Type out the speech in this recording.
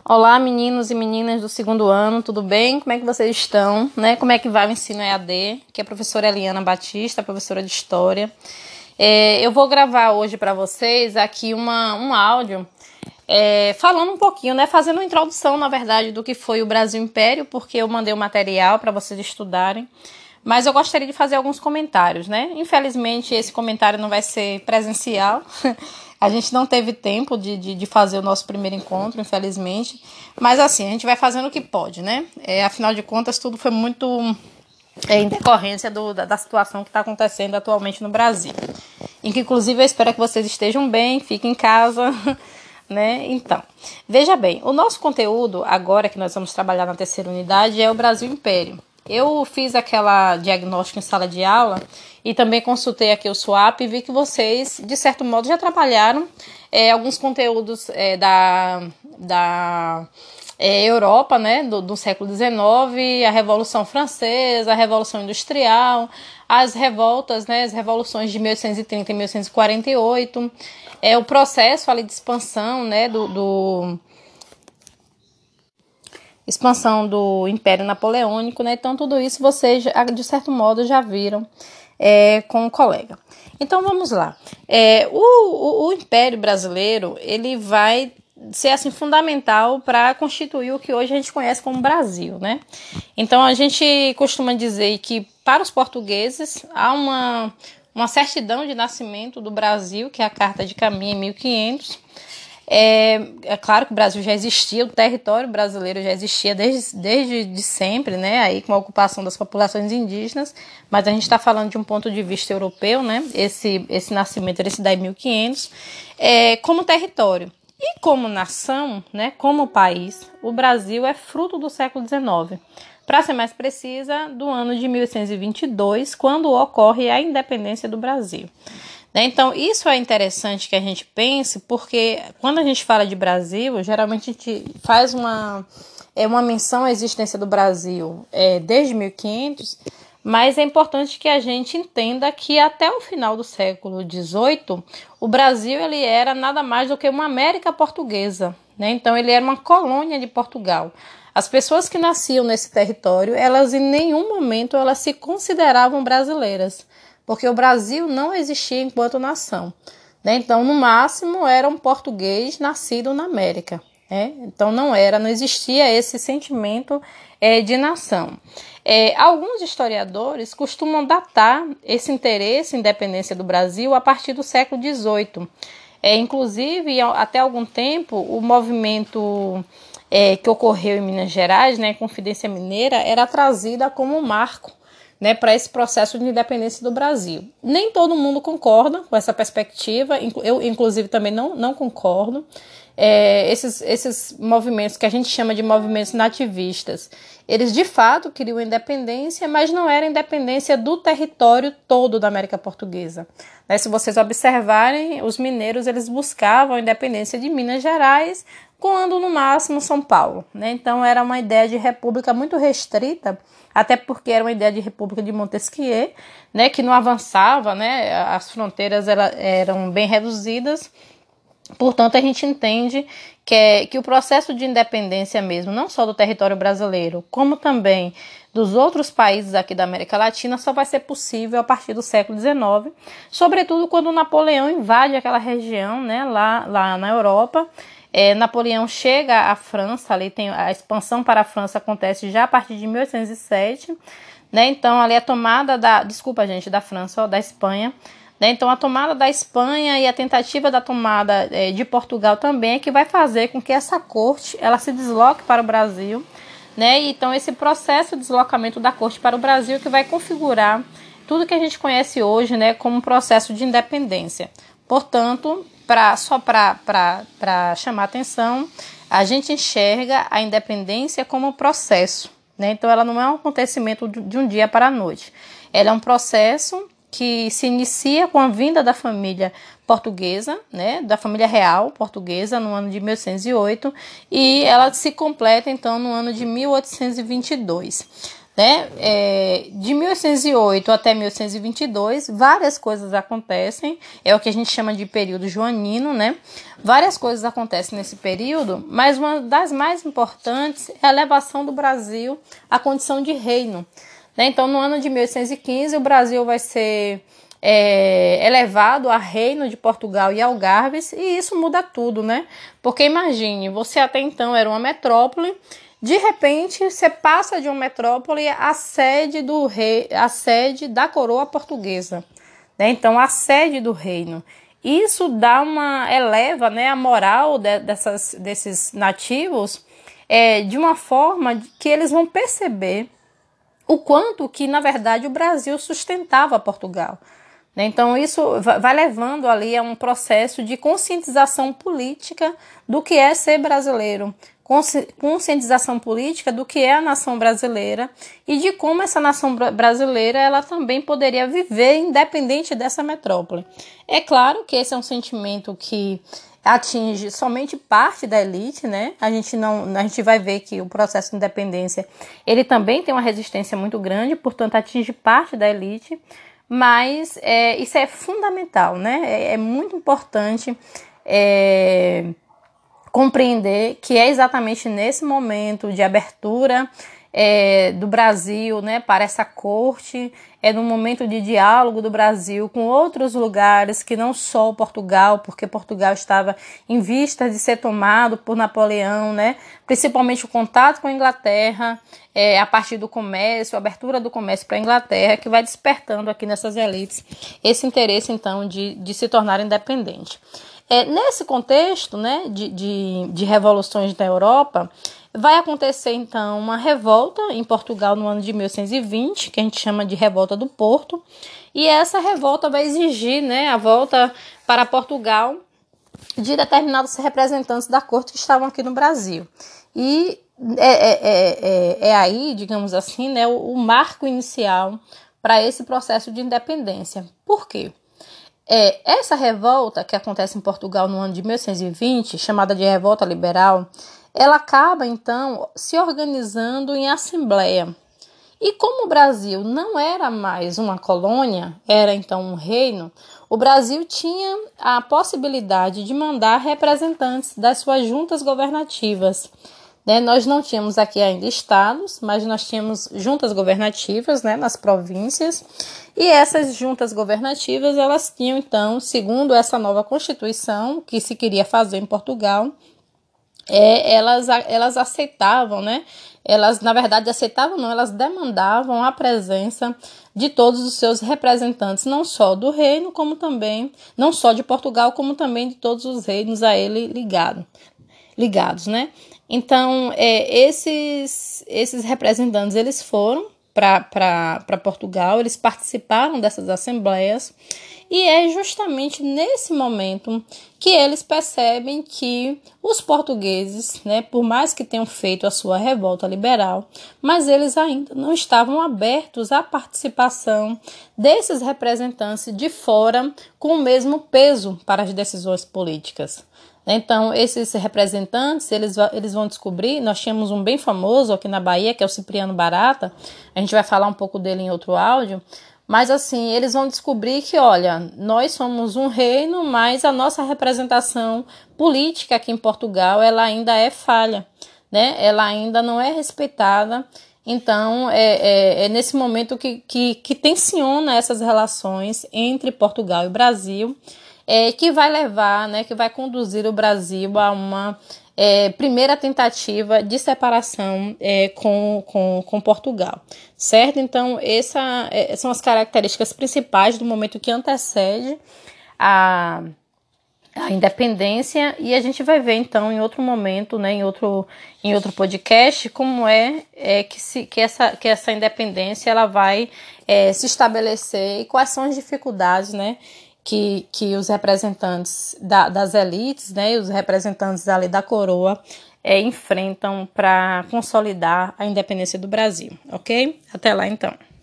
Olá, meninos e meninas do segundo ano, tudo bem? Como é que vocês estão? Como é que vai o ensino EAD? Que é a professora Eliana Batista, professora de História. Eu vou gravar hoje para vocês aqui um áudio falando um pouquinho, fazendo uma introdução, na verdade, do que foi o Brasil Império, porque eu mandei o material para vocês estudarem. Mas eu gostaria de fazer alguns comentários, Infelizmente, esse comentário não vai ser presencial. A gente não teve tempo de fazer o nosso primeiro encontro, infelizmente. Mas assim, a gente vai fazendo o que pode, Afinal de contas, tudo foi muito em decorrência da situação que está acontecendo atualmente no Brasil. Em que, inclusive, eu espero que vocês estejam bem, fiquem em casa, Então, veja bem, o nosso conteúdo, agora que nós vamos trabalhar na terceira unidade, é o Brasil Império. Eu fiz aquela diagnóstico em sala de aula e também consultei aqui o SWAP e vi que vocês, de certo modo, já trabalharam alguns conteúdos da Europa, do século XIX, a Revolução Francesa, a Revolução Industrial, as revoltas, as revoluções de 1830 e 1848, o processo ali de expansão, expansão do Império Napoleônico, Então, tudo isso vocês, de certo modo, já viram com o colega. Então, vamos lá. O Império Brasileiro, ele vai ser, assim, fundamental para constituir o que hoje a gente conhece como Brasil, Então, a gente costuma dizer que, para os portugueses, há uma certidão de nascimento do Brasil, que é a Carta de Caminha, em 1500. É claro que o Brasil já existia, o território brasileiro já existia desde sempre, aí com a ocupação das populações indígenas, mas a gente está falando de um ponto de vista europeu, Esse nascimento, esse daí 1500, como território. E como nação, como país, o Brasil é fruto do século XIX. Para ser mais precisa, do ano de 1822, quando ocorre a independência do Brasil. Então, isso é interessante que a gente pense, porque quando a gente fala de Brasil, geralmente a gente faz uma menção à existência do Brasil desde 1500, mas é importante que a gente entenda que até o final do século XVIII, o Brasil ele era nada mais do que uma América portuguesa, Então, ele era uma colônia de Portugal. As pessoas que nasciam nesse território, elas em nenhum momento elas se consideravam brasileiras, porque o Brasil não existia enquanto nação, Então, no máximo, era um português nascido na América, Então, não existia esse sentimento de nação. Alguns historiadores costumam datar esse interesse em independência do Brasil a partir do século XVIII. Inclusive, até algum tempo, o movimento que ocorreu em Minas Gerais, Confidência Mineira, era trazida como um marco para esse processo de independência do Brasil. Nem todo mundo concorda com essa perspectiva, eu inclusive também não concordo. Esses movimentos que a gente chama de movimentos nativistas, eles de fato queriam independência, mas não era independência do território todo da América Portuguesa. Se vocês observarem, os mineiros eles buscavam a independência de Minas Gerais, quando no máximo São Paulo, Então era uma ideia de república muito restrita, até porque era uma ideia de república de Montesquieu, que não avançava, as fronteiras eram bem reduzidas. Portanto, a gente entende que o processo de independência mesmo, não só do território brasileiro, como também dos outros países aqui da América Latina, só vai ser possível a partir do século XIX, sobretudo quando Napoleão invade aquela região, lá na Europa. Napoleão chega à França, ali tem a expansão para a França acontece já a partir de 1807, Então, ali a tomada da França, da Espanha, Então, a tomada da Espanha e a tentativa da tomada de Portugal também é que vai fazer com que essa corte ela se desloque para o Brasil, Então, esse processo de deslocamento da corte para o Brasil que vai configurar tudo que a gente conhece hoje, como um processo de independência. Portanto, só para chamar atenção, a gente enxerga a independência como um processo, Então, ela não é um acontecimento de um dia para a noite. Ela é um processo que se inicia com a vinda da família portuguesa, da família real portuguesa, no ano de 1808, e ela se completa, então, no ano de 1822. né? De 1808 até 1822, várias coisas acontecem, é o que a gente chama de período joanino, né? Várias coisas acontecem nesse período, mas uma das mais importantes é a elevação do Brasil à condição de reino, né? Então, no ano de 1815, o Brasil vai ser elevado a reino de Portugal e Algarves, e isso muda tudo, né? Porque imagine, você até então era uma metrópole, de repente você passa de uma metrópole à sede do rei, à sede da coroa portuguesa, né? Então, a sede do reino. Isso eleva, né, a moral desses nativos de uma forma que eles vão perceber o quanto que, na verdade, o Brasil sustentava Portugal. Então, isso vai levando ali a um processo de conscientização política do que é ser brasileiro, conscientização política do que é a nação brasileira e de como essa nação brasileira ela também poderia viver independente dessa metrópole. É claro que esse é um sentimento que atinge somente parte da elite, né? A gente vai ver que o processo de independência ele também tem uma resistência muito grande, portanto atinge parte da elite. Mas isso é fundamental, né? É muito importante compreender que é exatamente nesse momento de abertura do Brasil, né, para essa corte, no momento de diálogo do Brasil com outros lugares que não só Portugal, porque Portugal estava em vista de ser tomado por Napoleão, né, principalmente o contato com a Inglaterra, a partir do comércio, a abertura do comércio para a Inglaterra, que vai despertando aqui nessas elites esse interesse, então, de se tornar independente. Nesse contexto, né, de revoluções da Europa, vai acontecer, então, uma revolta em Portugal no ano de 1820, que a gente chama de Revolta do Porto, e essa revolta vai exigir, né, a volta para Portugal de determinados representantes da corte que estavam aqui no Brasil. E aí, digamos assim, né, o marco inicial para esse processo de independência. Por quê? Essa revolta que acontece em Portugal no ano de 1820, chamada de Revolta Liberal, ela acaba, então, se organizando em assembleia. E como o Brasil não era mais uma colônia, era então um reino, o Brasil tinha a possibilidade de mandar representantes das suas juntas governativas. Nós não tínhamos aqui ainda estados, mas nós tínhamos juntas governativas, né, nas províncias, e essas juntas governativas, elas tinham então, segundo essa nova Constituição que se queria fazer em Portugal, elas aceitavam, né? Elas, na verdade, aceitavam não, elas demandavam a presença de todos os seus representantes, não só do reino, como também, não só de Portugal, como também de todos os reinos a ele ligados, né? Então, esses representantes, eles foram para Portugal, eles participaram dessas assembleias, e é justamente nesse momento que eles percebem que os portugueses, né, por mais que tenham feito a sua revolta liberal, mas eles ainda não estavam abertos à participação desses representantes de fora com o mesmo peso para as decisões políticas. Então, esses representantes, eles vão descobrir, nós tínhamos um bem famoso aqui na Bahia, que é o Cipriano Barata, a gente vai falar um pouco dele em outro áudio, mas assim, eles vão descobrir que, olha, nós somos um reino, mas a nossa representação política aqui em Portugal, ela ainda é falha, né? Ela ainda não é respeitada. Então, é nesse momento que tensiona essas relações entre Portugal e Brasil, que vai levar, né, que vai conduzir o Brasil a uma primeira tentativa de separação com Portugal, certo? Então, essas são as características principais do momento que antecede a independência, e a gente vai ver então em outro momento, né, em outro podcast, como que essa independência ela vai se estabelecer e quais são as dificuldades, né, que os representantes das elites, né, e os representantes ali da coroa enfrentam para consolidar a independência do Brasil, ok? Até lá então.